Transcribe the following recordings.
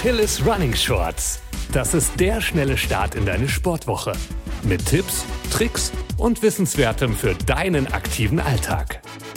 Achilles Running Shorts. Das ist der schnelle Start in deine Sportwoche. Mit Tipps, Tricks und Wissenswertem für deinen aktiven Alltag.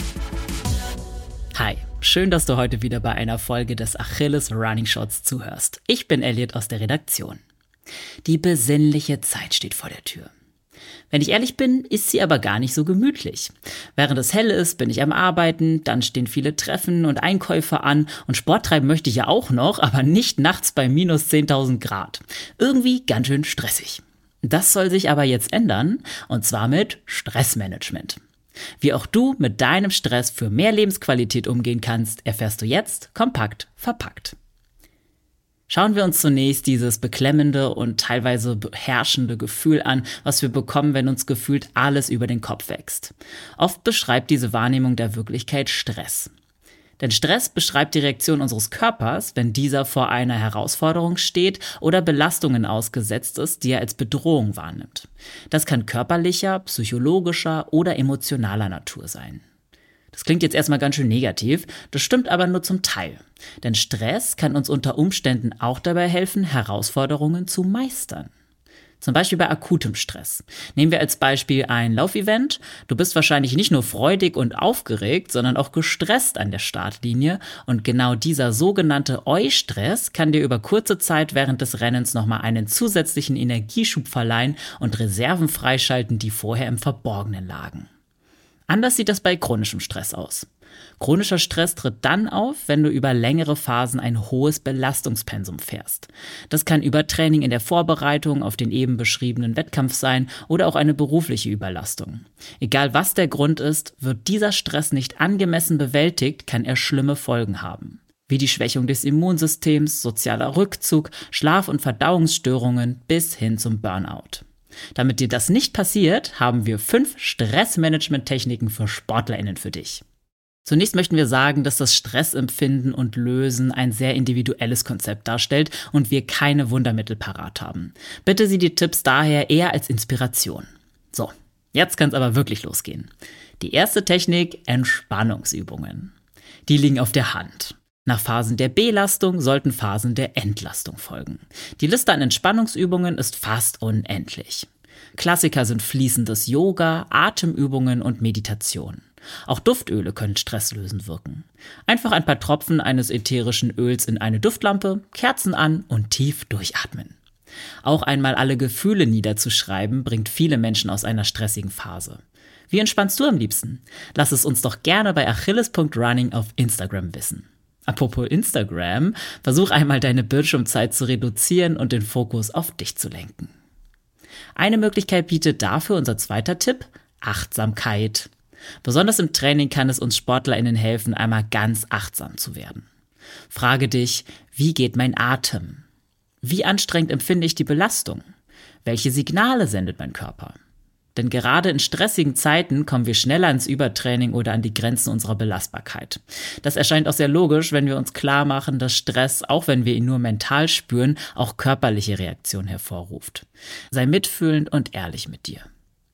Hi, schön, dass du heute wieder bei einer Folge des Achilles Running Shorts zuhörst. Ich bin Elliot aus der Redaktion. Die besinnliche Zeit steht vor der Tür. Wenn ich ehrlich bin, ist sie aber gar nicht so gemütlich. Während es hell ist, bin ich am Arbeiten, dann stehen viele Treffen und Einkäufe an und Sport treiben möchte ich ja auch noch, aber nicht nachts bei minus 10.000 Grad. Irgendwie ganz schön stressig. Das soll sich aber jetzt ändern, und zwar mit Stressmanagement. Wie auch du mit deinem Stress für mehr Lebensqualität umgehen kannst, erfährst du jetzt kompakt verpackt. Schauen wir uns zunächst dieses beklemmende und teilweise beherrschende Gefühl an, was wir bekommen, wenn uns gefühlt alles über den Kopf wächst. Oft beschreibt diese Wahrnehmung der Wirklichkeit Stress. Denn Stress beschreibt die Reaktion unseres Körpers, wenn dieser vor einer Herausforderung steht oder Belastungen ausgesetzt ist, die er als Bedrohung wahrnimmt. Das kann körperlicher, psychologischer oder emotionaler Natur sein. Das klingt jetzt erstmal ganz schön negativ, das stimmt aber nur zum Teil. Denn Stress kann uns unter Umständen auch dabei helfen, Herausforderungen zu meistern. Zum Beispiel bei akutem Stress. Nehmen wir als Beispiel ein Laufevent. Du bist wahrscheinlich nicht nur freudig und aufgeregt, sondern auch gestresst an der Startlinie. Und genau dieser sogenannte Eustress kann dir über kurze Zeit während des Rennens nochmal einen zusätzlichen Energieschub verleihen und Reserven freischalten, die vorher im Verborgenen lagen. Anders sieht das bei chronischem Stress aus. Chronischer Stress tritt dann auf, wenn du über längere Phasen ein hohes Belastungspensum fährst. Das kann Übertraining in der Vorbereitung auf den eben beschriebenen Wettkampf sein oder auch eine berufliche Überlastung. Egal was der Grund ist, wird dieser Stress nicht angemessen bewältigt, kann er schlimme Folgen haben. Wie die Schwächung des Immunsystems, sozialer Rückzug, Schlaf- und Verdauungsstörungen bis hin zum Burnout. Damit dir das nicht passiert, haben wir 5 Stressmanagement-Techniken für SportlerInnen für dich. Zunächst möchten wir sagen, dass das Stressempfinden und Lösen ein sehr individuelles Konzept darstellt und wir keine Wundermittel parat haben. Bitte sieh die Tipps daher eher als Inspiration. So, jetzt kann es aber wirklich losgehen. Die erste Technik: Entspannungsübungen. Die liegen auf der Hand. Nach Phasen der Belastung sollten Phasen der Entlastung folgen. Die Liste an Entspannungsübungen ist fast unendlich. Klassiker sind fließendes Yoga, Atemübungen und Meditation. Auch Duftöle können stresslösend wirken. Einfach ein paar Tropfen eines ätherischen Öls in eine Duftlampe, Kerzen an und tief durchatmen. Auch einmal alle Gefühle niederzuschreiben, bringt viele Menschen aus einer stressigen Phase. Wie entspannst du am liebsten? Lass es uns doch gerne bei achilles.running auf Instagram wissen. Apropos Instagram, versuch einmal deine Bildschirmzeit zu reduzieren und den Fokus auf dich zu lenken. Eine Möglichkeit bietet dafür unser zweiter Tipp: Achtsamkeit. Besonders im Training kann es uns SportlerInnen helfen, einmal ganz achtsam zu werden. Frage dich: Wie geht mein Atem? Wie anstrengend empfinde ich die Belastung? Welche Signale sendet mein Körper? Denn gerade in stressigen Zeiten kommen wir schneller ins Übertraining oder an die Grenzen unserer Belastbarkeit. Das erscheint auch sehr logisch, wenn wir uns klar machen, dass Stress, auch wenn wir ihn nur mental spüren, auch körperliche Reaktionen hervorruft. Sei mitfühlend und ehrlich mit dir.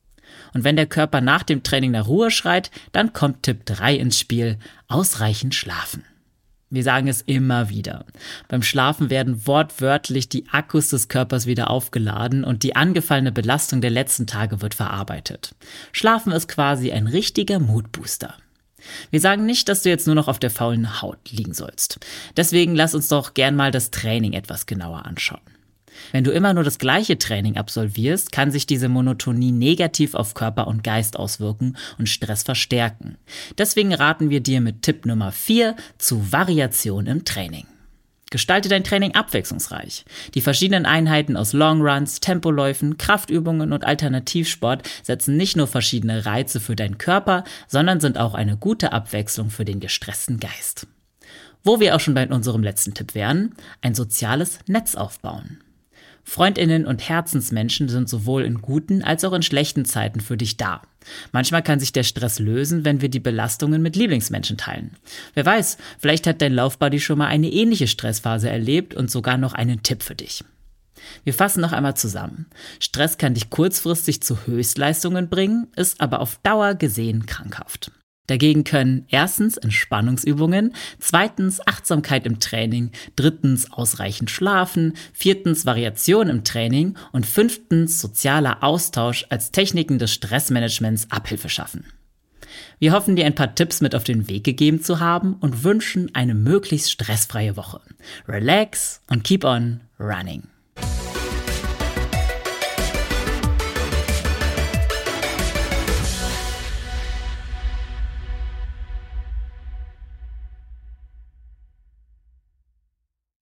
Und wenn der Körper nach dem Training nach Ruhe schreit, dann kommt Tipp 3 ins Spiel: ausreichend schlafen. Wir sagen es immer wieder. Beim Schlafen werden wortwörtlich die Akkus des Körpers wieder aufgeladen und die angefallene Belastung der letzten Tage wird verarbeitet. Schlafen ist quasi ein richtiger Moodbooster. Wir sagen nicht, dass du jetzt nur noch auf der faulen Haut liegen sollst. Deswegen lass uns doch gern mal das Training etwas genauer anschauen. Wenn du immer nur das gleiche Training absolvierst, kann sich diese Monotonie negativ auf Körper und Geist auswirken und Stress verstärken. Deswegen raten wir dir mit Tipp Nummer 4 zu Variation im Training. Gestalte dein Training abwechslungsreich. Die verschiedenen Einheiten aus Longruns, Tempoläufen, Kraftübungen und Alternativsport setzen nicht nur verschiedene Reize für deinen Körper, sondern sind auch eine gute Abwechslung für den gestressten Geist. Wo wir auch schon bei unserem letzten Tipp wären: ein soziales Netz aufbauen. FreundInnen und Herzensmenschen sind sowohl in guten als auch in schlechten Zeiten für dich da. Manchmal kann sich der Stress lösen, wenn wir die Belastungen mit Lieblingsmenschen teilen. Wer weiß, vielleicht hat dein Laufbuddy schon mal eine ähnliche Stressphase erlebt und sogar noch einen Tipp für dich. Wir fassen noch einmal zusammen. Stress kann dich kurzfristig zu Höchstleistungen bringen, ist aber auf Dauer gesehen krankhaft. Dagegen können erstens Entspannungsübungen, zweitens Achtsamkeit im Training, drittens ausreichend Schlafen, viertens Variation im Training und fünftens sozialer Austausch als Techniken des Stressmanagements Abhilfe schaffen. Wir hoffen, dir ein paar Tipps mit auf den Weg gegeben zu haben und wünschen eine möglichst stressfreie Woche. Relax und keep on running.